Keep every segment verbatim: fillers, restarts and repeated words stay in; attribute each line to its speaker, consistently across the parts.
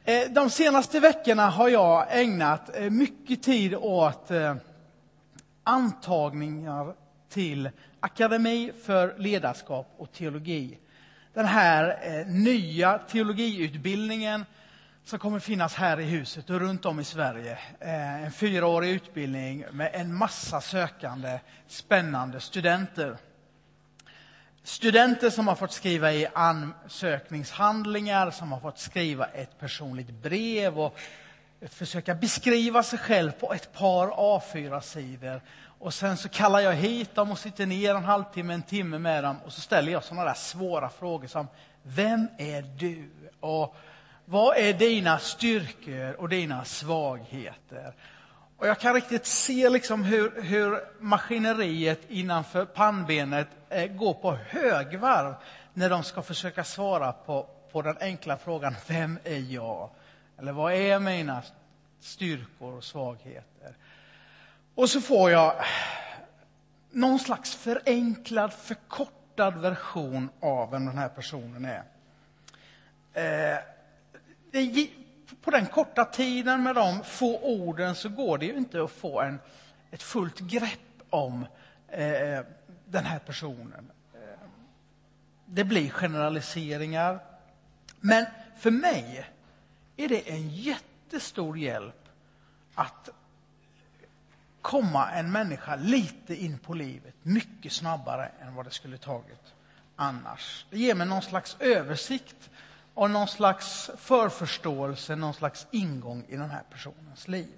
Speaker 1: De senaste veckorna har jag ägnat mycket tid åt antagningar till Akademi för ledarskap och teologi. Den här nya teologiutbildningen som kommer finnas här i huset och runt om i Sverige. En fyraårig utbildning med en massa sökande, spännande studenter. Studenter som har fått skriva i ansökningshandlingar, som har fått skriva ett personligt brev och försöka beskriva sig själv på ett par A fyra-sidor. Och sen så kallar jag hit dem och sitter ner en halvtimme, en timme med dem. Och så ställer jag sådana där svåra frågor som: vem är du? Och vad är dina styrkor och dina svagheter? Och jag kan riktigt se liksom hur, hur maskineriet innanför pannbenet eh, går på högvarv när de ska försöka svara på, på den enkla frågan: vem är jag? Eller vad är mina styrkor och svagheter? Och så får jag någon slags förenklad, förkortad version av vem den här personen är. Eh, det, på den korta tiden med de få orden så går det ju inte att få en, ett fullt grepp om eh, den här personen. Eh, det blir generaliseringar. Men för mig är det en jättestor hjälp att komma en människa lite in på livet mycket snabbare än vad det skulle tagit annars. Det ger mig någon slags översikt och någon slags förförståelse, någon slags ingång i den här personens liv.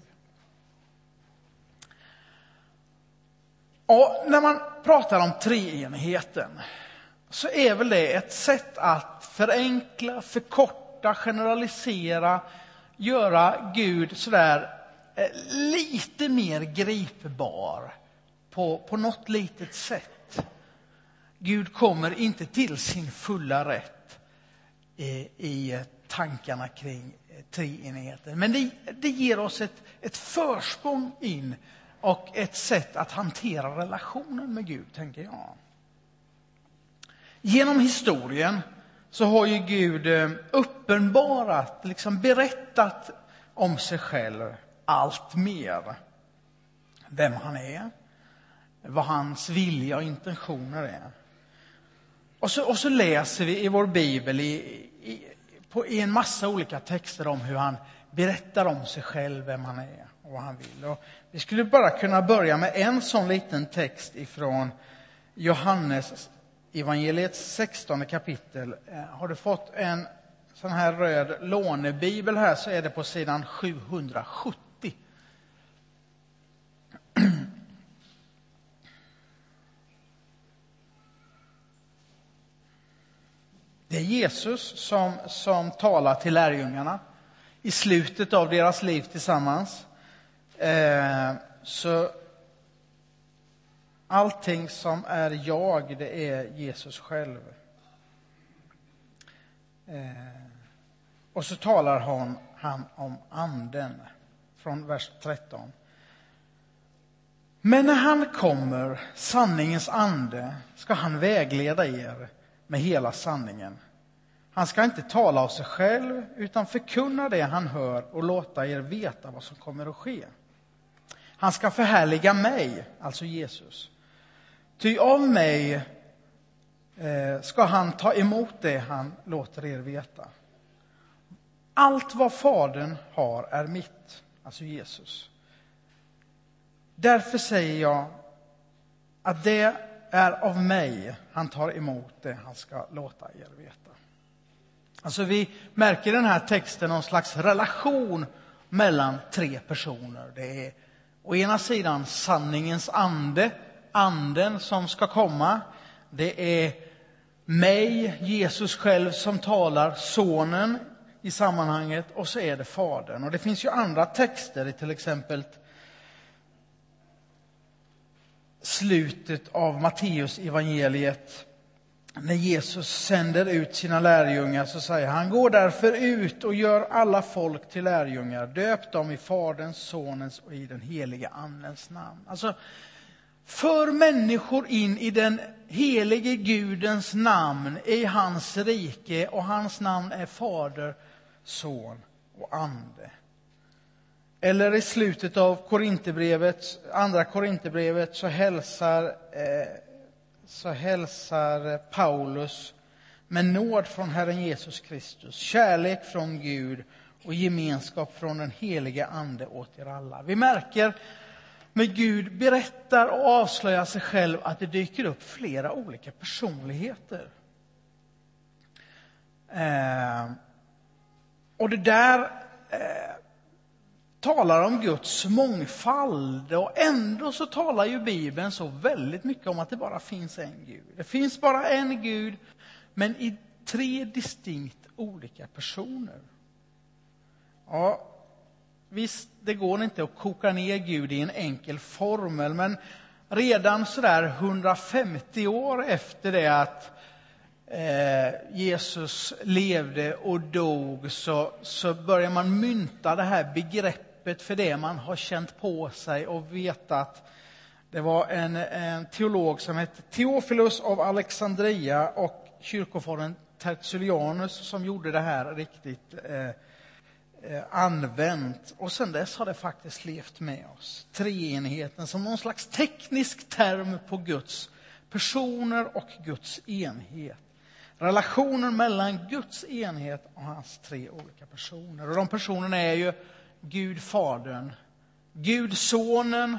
Speaker 1: Och när man pratar om treenigheten så är väl det ett sätt att förenkla, förkorta, generalisera, göra Gud sådär lite mer gripbar på, på något litet sätt. Gud kommer inte till sin fulla rätt i, i tankarna kring treenigheten. Men det, det ger oss ett, ett försprång in och ett sätt att hantera relationen med Gud, tänker jag. Genom historien så har ju Gud uppenbarat, liksom berättat om sig själv allt mer. Vem han är, vad hans vilja och intentioner är. Och så, och så läser vi i vår bibel i, i, på, i en massa olika texter om hur han berättar om sig själv, vem han är och vad han vill. Och vi skulle bara kunna börja med en sån liten text ifrån Johannes evangeliets sextonde kapitel. Har du fått en sån här röd lånebibel här så är det på sidan sjuhundrasjuttio. Det är Jesus som, som talar till lärjungarna i slutet av deras liv tillsammans. Eh, så allting som är jag, det är Jesus själv. Eh, och så talar han, han om anden från vers tretton. Men när han kommer, sanningens ande, ska han vägleda er med hela sanningen. Han ska inte tala av sig själv utan förkunna det han hör och låta er veta vad som kommer att ske. Han ska förhärliga mig, alltså Jesus. Ty av mig eh, ska han ta emot det han låter er veta. Allt vad Fadern har är mitt, alltså Jesus. Därför säger jag att det är av mig han tar emot det han ska låta er veta. Alltså vi märker i den här texten någon slags relation mellan tre personer. Det är å ena sidan sanningens ande, anden som ska komma. Det är mig, Jesus själv, som talar, sonen i sammanhanget, och så är det Fadern. Och det finns ju andra texter i till exempel slutet av Matteus evangeliet. När Jesus sänder ut sina lärjungar så säger han: gå därför ut och gör alla folk till lärjungar. Döp dem i Faderns, Sonens och i den heliga andens namn. Alltså, för människor in i den helige Gudens namn, i hans rike, och hans namn är Fader, Son och ande. Eller i slutet av Korinthierbrevet, andra Korinthierbrevet, så hälsar, eh, så hälsar Paulus med nåd från Herren Jesus Kristus, kärlek från Gud och gemenskap från den heliga ande åt er alla. Vi märker när Gud berättar och avslöjar sig själv att det dyker upp flera olika personligheter. Eh, och det där eh, talar om Guds mångfald, och ändå så talar ju Bibeln så väldigt mycket om att det bara finns en Gud. Det finns bara en Gud, men i tre distinkt olika personer. Ja, visst, det går inte att koka ner Gud i en enkel formel, men redan så där hundrafemtio år efter det att eh, Jesus levde och dog, så, så börjar man mynta det här begreppet för det man har känt på sig och vetat. Det var en, en teolog som hette Theophilus av Alexandria och kyrkofadern Tertullianus som gjorde det här riktigt eh, eh, använt. Och sen dess har det faktiskt levt med oss. Treenigheten som någon slags teknisk term på Guds personer och Guds enhet. Relationen mellan Guds enhet och hans tre olika personer. Och de personerna är ju Gud Fadern, Gud Sonen,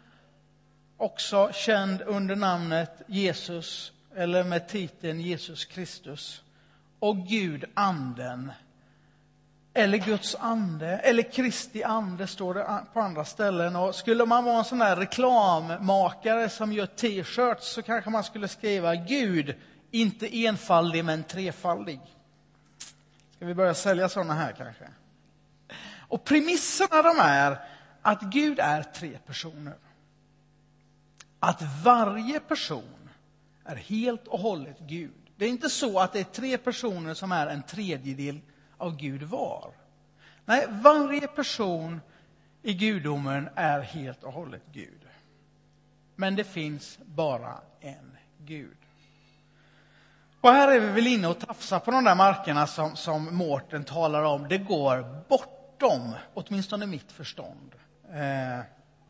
Speaker 1: också känd under namnet Jesus eller med titeln Jesus Kristus, och Gud Anden, eller Guds ande, eller Kristi ande står det på andra ställen. Och skulle man vara en sån här reklammakare som gör t-shirts, så kanske man skulle skriva Gud, inte enfaldig men trefaldig. Ska vi börja sälja såna här kanske? Och premisserna de är att Gud är tre personer. Att varje person är helt och hållet Gud. Det är inte så att det är tre personer som är en tredjedel av Gud var. Nej, varje person i gudomen är helt och hållet Gud. Men det finns bara en Gud. Och här är vi väl inne och tafsar på de där markerna som, som Mårten talar om. Det går bortom, åtminstone mitt förstånd. Eh,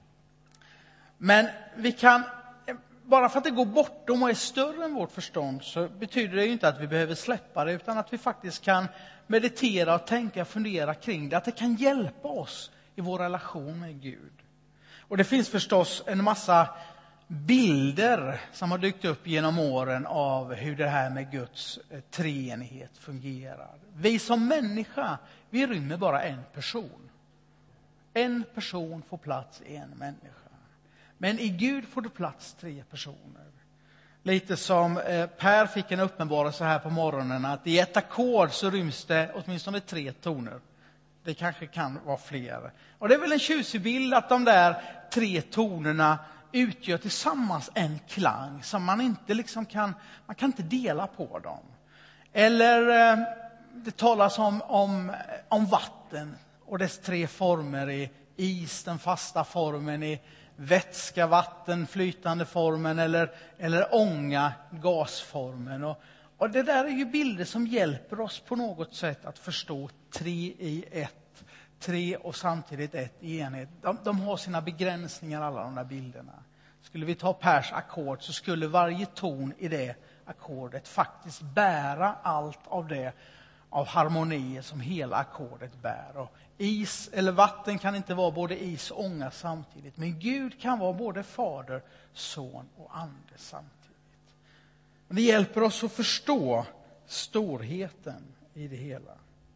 Speaker 1: men vi kan, bara för att det går bortom och är större än vårt förstånd, så betyder det ju inte att vi behöver släppa det, utan att vi faktiskt kan meditera och tänka och fundera kring det. Att det kan hjälpa oss i vår relation med Gud. Och det finns förstås en massa bilder som har dykt upp genom åren av hur det här med Guds treenighet fungerar. Vi som människa, vi rymmer bara en person. En person får plats i en människa. Men i Gud får det plats tre personer. Lite som Per fick en uppenbarelse här på morgonen, att i ett ackord så ryms det åtminstone tre toner. Det kanske kan vara fler. Och det är väl en tjusig bild att de där tre tonerna utgör tillsammans en klang som man inte liksom kan, man kan inte dela på dem. Eller det talas om, om, om vatten och dess tre former, i is, den fasta formen, i vätska, vatten, flytande formen, eller, eller ånga, gasformen. Och, och det där är ju bilder som hjälper oss på något sätt att förstå tre i ett. Tre och samtidigt ett i enhet. De, de har sina begränsningar, alla de där bilderna. Skulle vi ta Pers ackord, så skulle varje ton i det ackordet faktiskt bära allt av det, av harmonier som hela ackordet bär. Och is eller vatten kan inte vara både is och ånga samtidigt. Men Gud kan vara både fader, son och ande samtidigt. Men det hjälper oss att förstå storheten i det hela.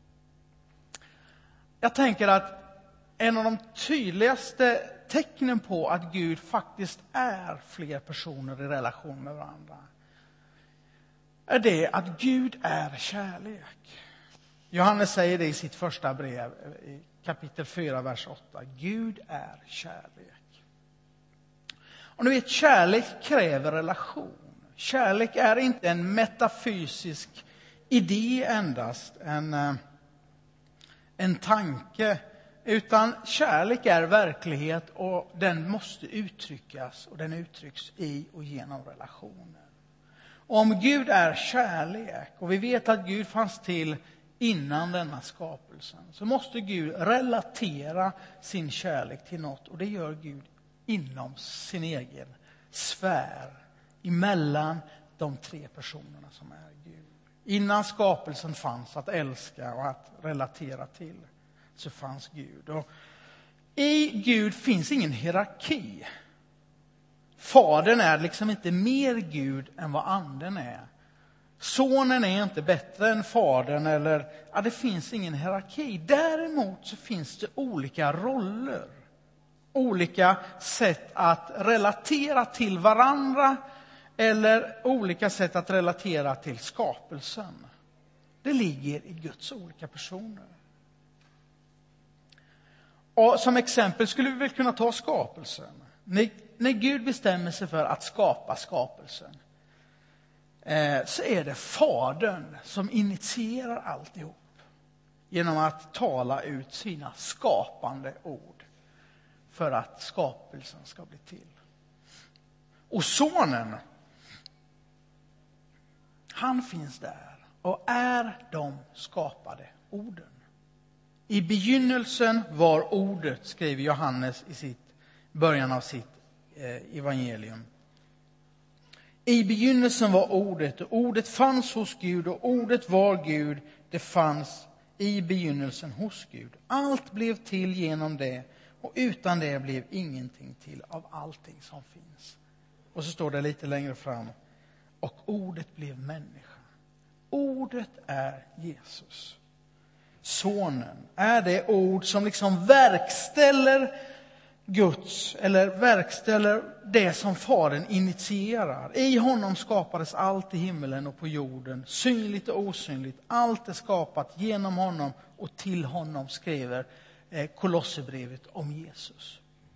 Speaker 1: Jag tänker att en av de tydligaste tecknen på att Gud faktiskt är fler personer i relation med varandra är det att Gud är kärlek. Johannes säger det i sitt första brev i kapitel fyra, vers åtta. Gud är kärlek. Och nu vet, kärlek kräver relation. Kärlek är inte en metafysisk idé endast, en, en tanke. Utan kärlek är verklighet, och den måste uttryckas, och den uttrycks i och genom relationer. Och om Gud är kärlek, och vi vet att Gud fanns till innan denna skapelsen, så måste Gud relatera sin kärlek till något. Och det gör Gud inom sin egen sfär, emellan de tre personerna som är Gud. Innan skapelsen fanns att älska och att relatera till, så fanns Gud. Och i Gud finns ingen hierarki. Fadern är liksom inte mer Gud än vad anden är. Sonen är inte bättre än fadern, eller ja, det finns ingen hierarki. Däremot så finns det olika roller. Olika sätt att relatera till varandra, eller olika sätt att relatera till skapelsen. Det ligger i Guds olika personer. Och som exempel skulle vi väl kunna ta skapelsen. När, när Gud bestämmer sig för att skapa skapelsen, eh, så är det fadern som initierar alltihop genom att tala ut sina skapande ord för att skapelsen ska bli till. Och sonen, han finns där och är de skapade orden. I begynnelsen var ordet, skriver Johannes i sitt, början av sitt eh, evangelium. I begynnelsen var ordet, och ordet fanns hos Gud, och ordet var Gud. Det fanns i begynnelsen hos Gud. Allt blev till genom det, och utan det blev ingenting till av allting som finns. Och så står det lite längre fram: och ordet blev människa. Ordet är Jesus. Sonen är det ord som liksom verkställer Guds, eller verkställer det som fadern initierar. I honom skapades allt i himmelen och på jorden, synligt och osynligt. Allt är skapat genom honom, och till honom skriver Kolosserbrevet om Jesus.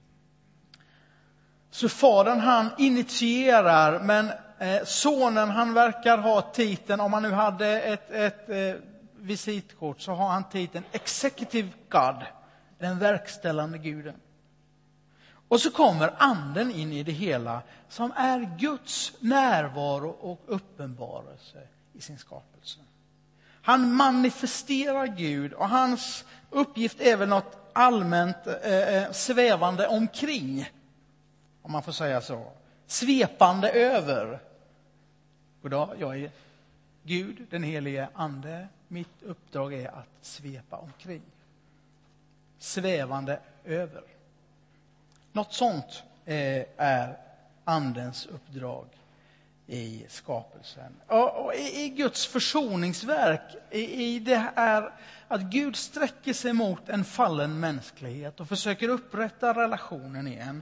Speaker 1: Så fadern, han initierar, men eh, sonen, han verkar ha titeln, om han nu hade ett, ett eh, visitkort, så har han titeln Executive God, den verkställande guden. Och så kommer anden in i det hela, som är Guds närvaro och uppenbarelse i sin skapelse. Han manifesterar Gud, och hans uppgift är väl något allmänt eh, svävande omkring, om man får säga så. Svepande över. Goddag, jag är Gud, den helige ande. Mitt uppdrag är att svepa omkring. Svävande över. Något sånt eh, är andens uppdrag i skapelsen. Och, och i, i Guds försoningsverk, i, i det är att Gud sträcker sig mot en fallen mänsklighet och försöker upprätta relationen igen.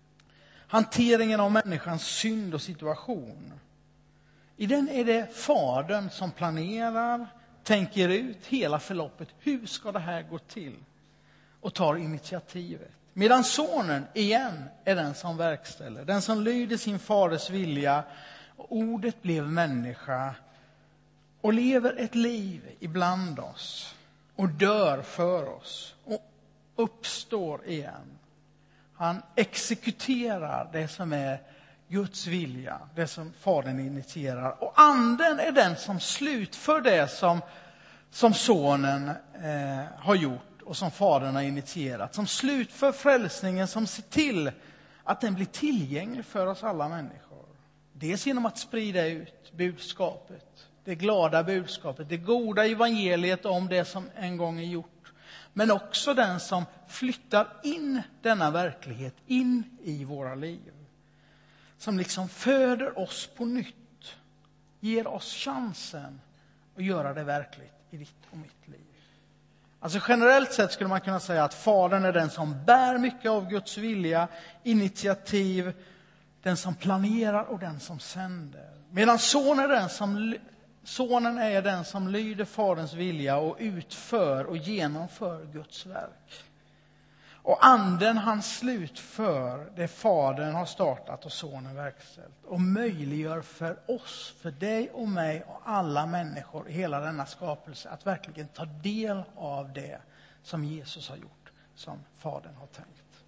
Speaker 1: Hanteringen av människans synd och situation. I den är det fadern som planerar, tänker ut hela förloppet. Hur ska det här gå till? Och tar initiativet. Medan sonen igen är den som verkställer. Den som lyder sin faders vilja. Och ordet blev människa. Och lever ett liv ibland oss. Och dör för oss. Och uppstår igen. Han exekuterar det som är Guds vilja, det som fadern initierar. Och anden är den som slutför det som, som sonen eh, har gjort och som fadern har initierat. Som slutför frälsningen, som ser till att den blir tillgänglig för oss alla människor. Dels genom att sprida ut budskapet, det glada budskapet, det goda evangeliet om det som en gång är gjort. Men också den som flyttar in denna verklighet in i våra liv. Som liksom föder oss på nytt. Ger oss chansen att göra det verkligt i ditt och mitt liv. Alltså generellt sett skulle man kunna säga att fadern är den som bär mycket av Guds vilja, initiativ, den som planerar och den som sänder. Medan sonen är den som... Sonen är den som lyder faderns vilja och utför och genomför Guds verk. Och anden, han slutför det fadern har startat och sonen verkställt. Och möjliggör för oss, för dig och mig och alla människor i hela denna skapelse att verkligen ta del av det som Jesus har gjort, som fadern har tänkt.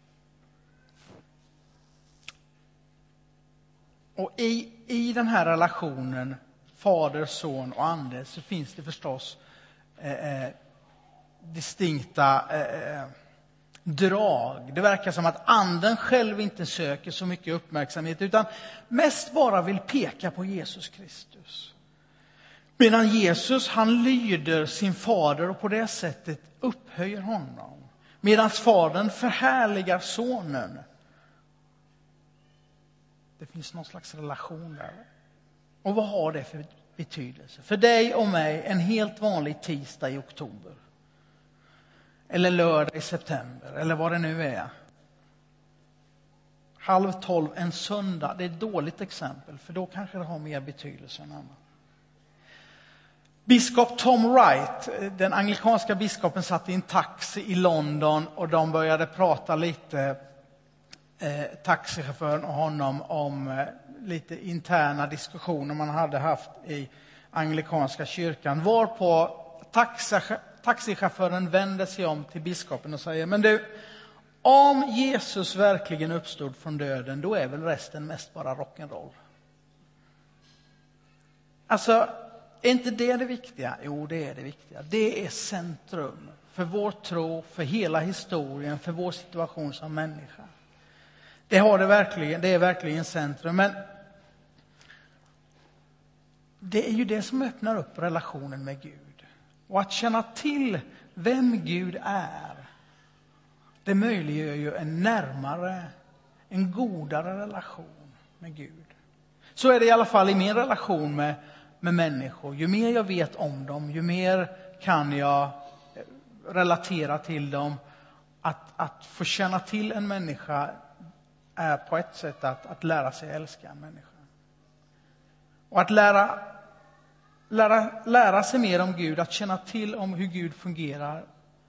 Speaker 1: Och i, i den här relationen fader, son och ande, så finns det förstås eh, distinkta eh, drag. Det verkar som att anden själv inte söker så mycket uppmärksamhet utan mest bara vill peka på Jesus Kristus. Medan Jesus, han lyder sin fader och på det sättet upphöjer honom. Medan fadern förhärligar sonen. Det finns någon slags relation där. Och vad har det för betydelse? För dig och mig en helt vanlig tisdag i oktober. Eller lördag i september. Eller vad det nu är. Halv tolv en söndag. Det är ett dåligt exempel. För då kanske det har mer betydelse än annat. Biskop Tom Wright, den anglikanska biskopen, satt i en taxi i London. Och de började prata lite, eh, taxichauffören och honom, om eh, lite interna diskussioner man hade haft i anglikanska kyrkan. Varpå taxi, taxichauffören vände sig om till biskopen och säger: men du, om Jesus verkligen uppstod från döden, då är väl resten mest bara rock'n'roll. Alltså, är inte det det viktiga? Jo, det är det viktiga. Det är centrum för vår tro, för hela historien, för vår situation som människa. Det har det verkligen, det är verkligen centrum. Men det är ju det som öppnar upp relationen med Gud. Och att känna till vem Gud är, det möjliggör ju en närmare, en godare relation med Gud. Så är det i alla fall i min relation med, med människor. Ju mer jag vet om dem, ju mer kan jag relatera till dem. Att, att få känna till en människa är på ett sätt att, att lära sig älska en människa. Och att lära, lära, lära sig mer om Gud, att känna till om hur Gud fungerar,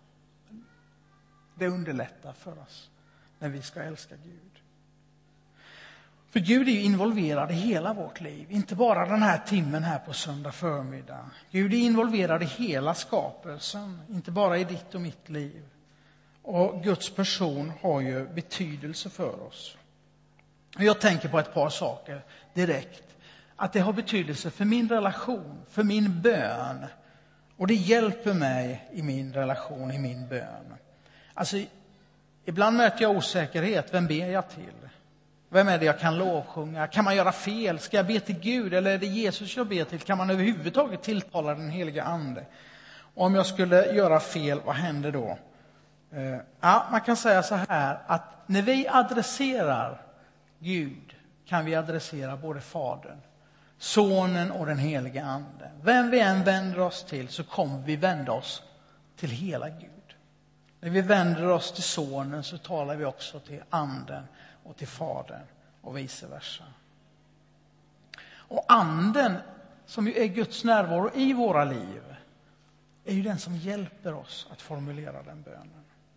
Speaker 1: det underlättar för oss när vi ska älska Gud. För Gud är ju involverad i hela vårt liv. Inte bara den här timmen här på söndag förmiddag. Gud är involverad i hela skapelsen. Inte bara i ditt och mitt liv. Och Guds person har ju betydelse för oss. Jag tänker på ett par saker direkt. Att det har betydelse för min relation, för min bön. Och det hjälper mig i min relation, i min bön. Alltså, ibland möter jag osäkerhet. Vem ber jag till? Vem är det jag kan lovsjunga? Kan man göra fel? Ska jag be till Gud eller är det Jesus jag ber till? Kan man överhuvudtaget tilltala den heliga ande? Och om jag skulle göra fel, vad händer då? Uh, ja, man kan säga så här att när vi adresserar Gud kan vi adressera både Fadern, Sonen och den heliga Ande. Vem vi än vänder oss till så kommer vi vända oss till hela Gud. När vi vänder oss till Sonen så talar vi också till Anden och till Fadern och vice versa. Och Anden, som ju är Guds närvaro i våra liv, är ju den som hjälper oss att formulera den bönen.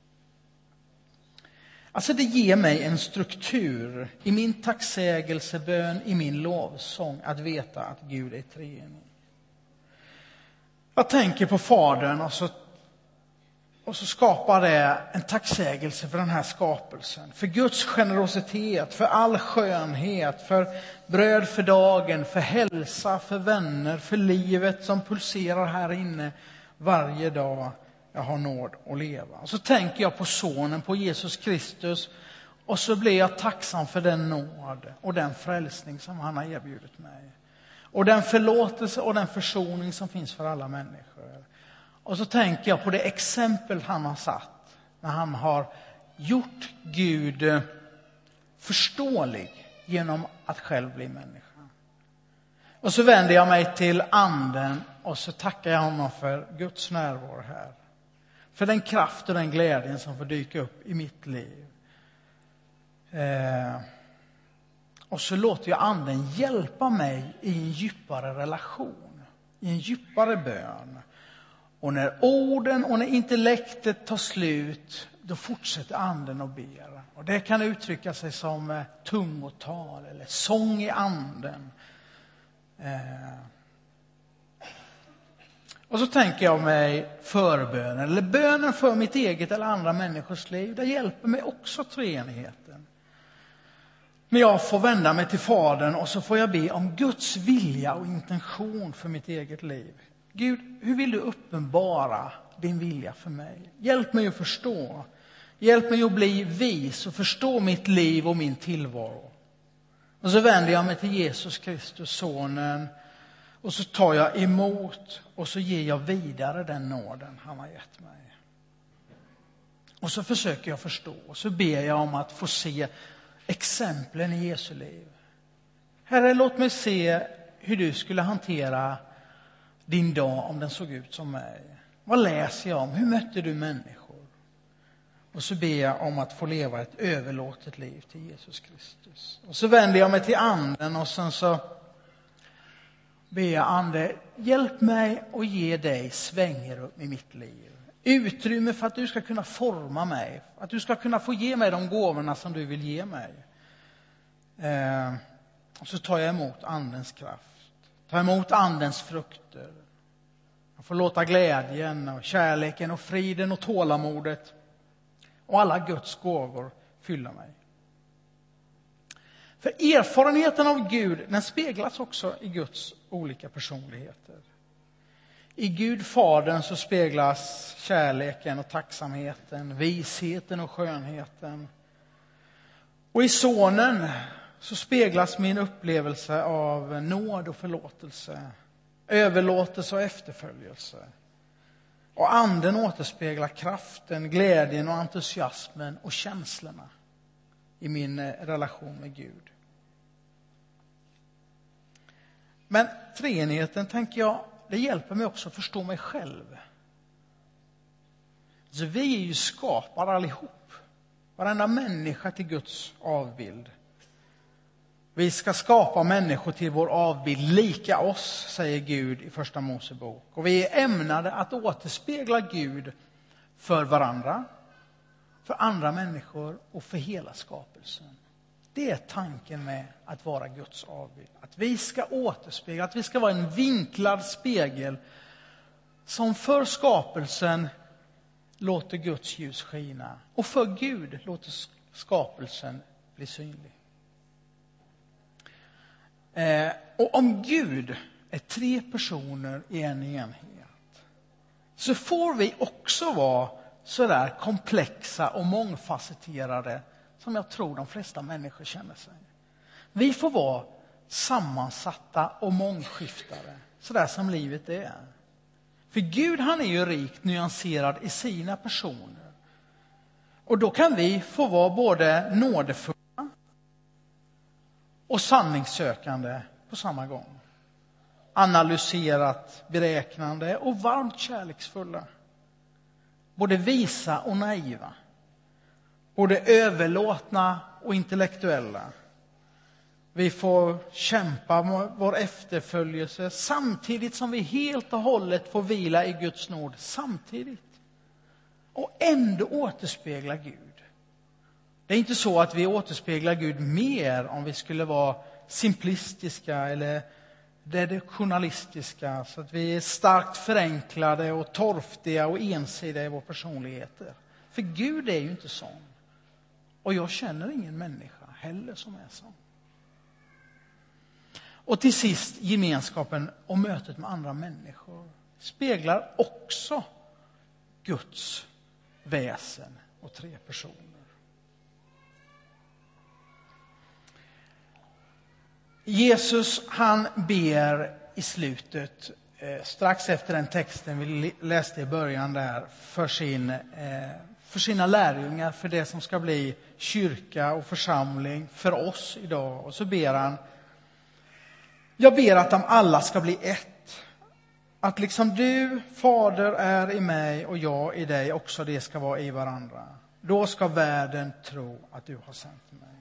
Speaker 1: Alltså det ger mig en struktur i min tacksägelsebön, i min lovsång, att veta att Gud är treenig. Jag tänker på Fadern och så, och så skapar det en tacksägelse för den här skapelsen. För Guds generositet, för all skönhet, för bröd för dagen, för hälsa, för vänner, för livet som pulserar här inne varje dag. Jag har nåd att leva. Och så tänker jag på Sonen, på Jesus Kristus. Och så blir jag tacksam för den nåd och den frälsning som han har erbjudit mig. Och den förlåtelse och den försoning som finns för alla människor. Och så tänker jag på det exempel han har satt. När han har gjort Gud förståelig genom att själv bli människa. Och så vänder jag mig till Anden och så tackar jag honom för Guds närvaro här. För den kraft och den glädjen som får dyka upp i mitt liv. Eh, och så låter jag Anden hjälpa mig i en djupare relation. I en djupare bön. Och när orden och när intellektet tar slut, då fortsätter Anden att be. Och det kan uttrycka sig som eh, tungotal eller sång i Anden. Eh, Och så tänker jag mig förbönen, eller bönen för mitt eget eller andra människors liv. Det hjälper mig också treenigheten. När jag får vända mig till Fadern och så får jag be om Guds vilja och intention för mitt eget liv. Gud, hur vill du uppenbara din vilja för mig? Hjälp mig att förstå. Hjälp mig att bli vis och förstå mitt liv och min tillvaro. Och så vänder jag mig till Jesus Kristus, sonen. Och så tar jag emot och så ger jag vidare den nåden han har gett mig. Och så försöker jag förstå. Och så ber jag om att få se exemplen i Jesu liv. Herre, låt mig se hur du skulle hantera din dag om den såg ut som mig. Vad läser jag om? Hur mötte du människor? Och så ber jag om att få leva ett överlåtet liv till Jesus Kristus. Och så vänder jag mig till anden och sen så ber jag, ande, hjälp mig och ge dig svängrum i mitt liv. Utrymme för att du ska kunna forma mig. Att du ska kunna få ge mig de gåvorna som du vill ge mig. Eh, och så tar jag emot andens kraft. Tar emot andens frukter. Jag får låta glädjen och kärleken och friden och tålamodet och alla Guds gåvor fylla mig. För erfarenheten av Gud, den speglas också i Guds olika personligheter. I Gud Fadern så speglas kärleken och tacksamheten, visheten och skönheten. Och i Sonen så speglas min upplevelse av nåd och förlåtelse, överlåtelse och efterföljelse. Och anden återspeglar kraften, glädjen och entusiasmen och känslorna i min relation med Gud. Men treenigheten, tänker jag, det hjälper mig också att förstå mig själv. Så vi är ju skapare allihop. Varenda människa till Guds avbild. Vi ska skapa människor till vår avbild, lika oss, säger Gud i första Mosebok. Och vi är ämnade att återspegla Gud för varandra, för andra människor och för hela skapelsen. Det är tanken med att vara Guds avbild. Att vi ska återspegla, att vi ska vara en vinklad spegel som för skapelsen låter Guds ljus skina. Och för Gud låter skapelsen bli synlig. Eh, och om Gud är tre personer i en enhet, så får vi också vara så där komplexa och mångfacetterade som jag tror de flesta människor känner sig. Vi får vara sammansatta och mångskiftade, så där som livet är. För Gud, han är ju rikt nyanserad i sina personer. Och då kan vi få vara både nådefulla och sanningssökande på samma gång. Analyserat, beräknande och varmt kärleksfulla. Både visa och naiva. Både överlåtna och intellektuella. Vi får kämpa med vår efterföljelse samtidigt som vi helt och hållet får vila i Guds nåd samtidigt. Och ändå återspegla Gud. Det är inte så att vi återspeglar Gud mer om vi skulle vara simplistiska eller reduktionalistiska, så att vi är starkt förenklade och torftiga och ensidiga i vår personligheter. För Gud är ju inte sån. Och jag känner ingen människa heller som är sån. Och till sist, gemenskapen och mötet med andra människor speglar också Guds väsen och tre personer. Jesus, han ber i slutet, eh, strax efter den texten vi läste i början där, för, sin, eh, för sina lärjungar, för det som ska bli kyrka och församling för oss idag. Och så ber han: jag ber att de alla ska bli ett. Att liksom du, Fader, är i mig och jag i dig, också det ska vara i varandra. Då ska världen tro att du har sänt mig.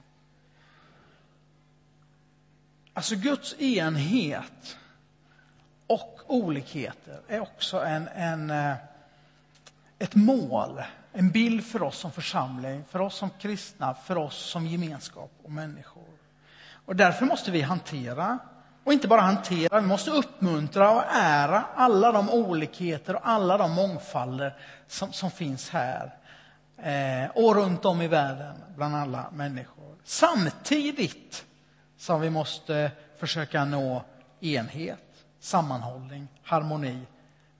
Speaker 1: Alltså Guds enhet och olikheter är också en, en, ett mål, en bild för oss som församling, för oss som kristna, för oss som gemenskap och människor. Och därför måste vi hantera, och inte bara hantera, vi måste uppmuntra och ära alla de olikheter och alla de mångfalder som, som finns här eh, och runt om i världen bland alla människor. Samtidigt som vi måste försöka nå enhet, sammanhållning, harmoni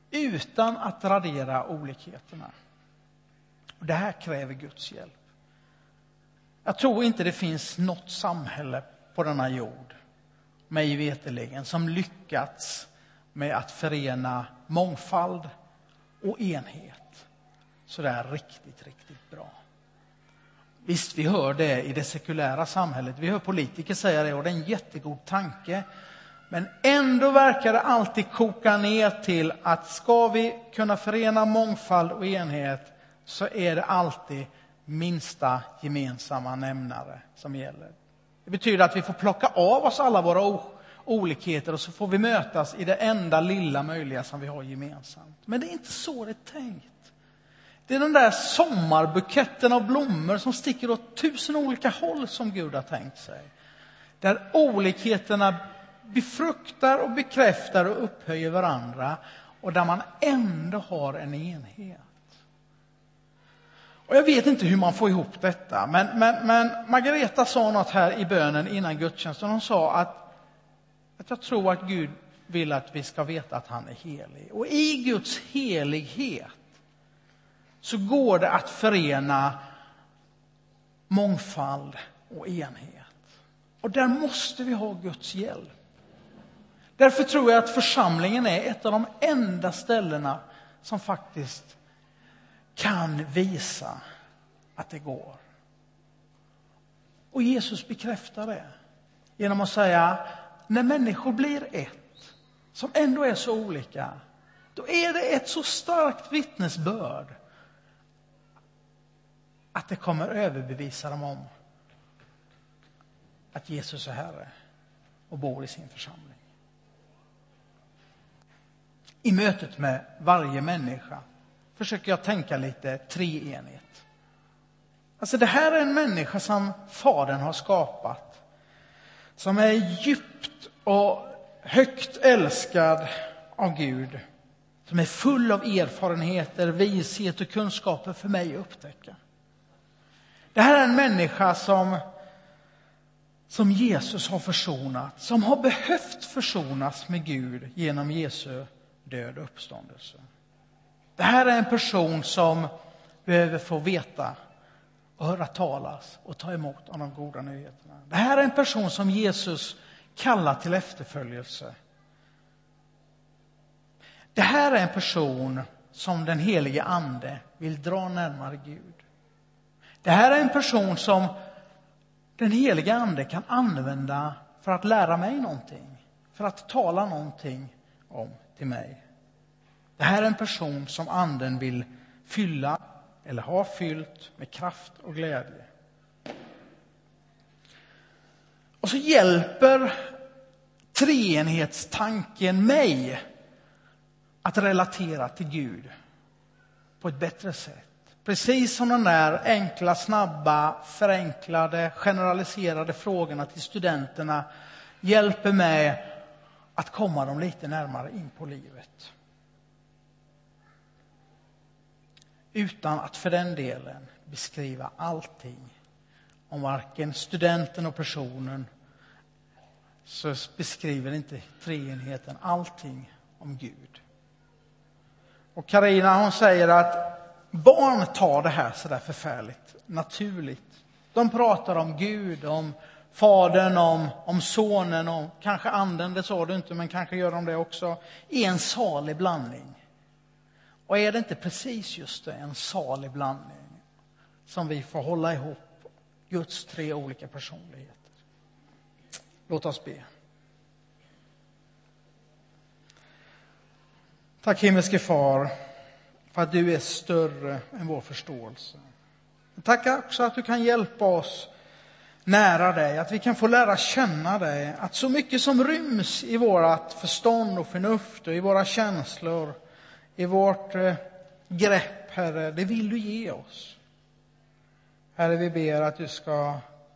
Speaker 1: utan att radera olikheterna. Och det här kräver Guds hjälp. Jag tror inte det finns något samhälle på denna jord, mig veterligen, som lyckats med att förena mångfald och enhet så där riktigt, riktigt bra. Visst, vi hör det i det sekulära samhället. Vi hör politiker säga det och det är en jättegod tanke. Men ändå verkar det alltid koka ner till att ska vi kunna förena mångfald och enhet så är det alltid minsta gemensamma nämnare som gäller. Det betyder att vi får plocka av oss alla våra o- olikheter och så får vi mötas i det enda lilla möjliga som vi har gemensamt. Men det är inte så det är tänkt. Det är den där sommarbuketten av blommor som sticker åt tusen olika håll som Gud har tänkt sig. Där olikheterna befruktar och bekräftar och upphöjer varandra och där man ändå har en enhet. Och jag vet inte hur man får ihop detta, men, men, men Margareta sa något här i bönen innan gudstjänsten. Hon sa att, att jag tror att Gud vill att vi ska veta att han är helig. Och i Guds helighet så går det att förena mångfald och enhet. Och där måste vi ha Guds hjälp. Därför tror jag att församlingen är ett av de enda ställena som faktiskt kan visa att det går. Och Jesus bekräftar det genom att säga, när människor blir ett, som ändå är så olika, då är det ett så starkt vittnesbörd att det kommer överbevisa dem om att Jesus är Herre och bor i sin församling. I mötet med varje människa försöker jag tänka lite treenighet. Alltså det här är en människa som Fadern har skapat. Som är djupt och högt älskad av Gud. Som är full av erfarenheter, vishet och kunskaper för mig att upptäcka. Det här är en människa som, som Jesus har försonat. Som har behövt försonas med Gud genom Jesu död och uppståndelse. Det här är en person som behöver få veta och höra talas och ta emot av de goda nyheterna. Det här är en person som Jesus kallar till efterföljelse. Det här är en person som den helige ande vill dra närmare Gud. Det här är en person som den helige ande kan använda för att lära mig någonting. För att tala någonting om till mig. Det här är en person som anden vill fylla eller har fyllt med kraft och glädje. Och så hjälper treenhetstanken mig att relatera till Gud på ett bättre sätt. Precis som de där enkla, snabba, förenklade, generaliserade frågorna till studenterna hjälper mig att komma dem lite närmare in på livet. Utan att för den delen beskriva allting om varken studenten och personen, så beskriver inte treenigheten allting om Gud. Och Karina, hon säger att barn tar det här så där förfärligt naturligt. De pratar om Gud, om Fadern, om, om sonen, om kanske anden, det sa du inte, men kanske gör de det också, i en salig blandning. Och är det inte precis just det, en salig blandning, som vi får hålla ihop Guds tre olika personligheter? Låt oss be. Tack himmelske far för att du är större än vår förståelse. Tack också att du kan hjälpa oss nära dig, att vi kan få lära känna dig, att så mycket som ryms i vårat förstånd och förnuft och i våra känslor, i vårt eh, grepp, Herre, det vill du ge oss. Herre, vi ber att du ska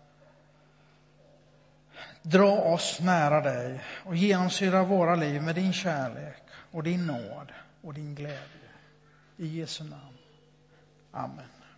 Speaker 1: dra oss nära dig och genomsyra våra liv med din kärlek och din nåd och din glädje. I Jesu namn. Amen.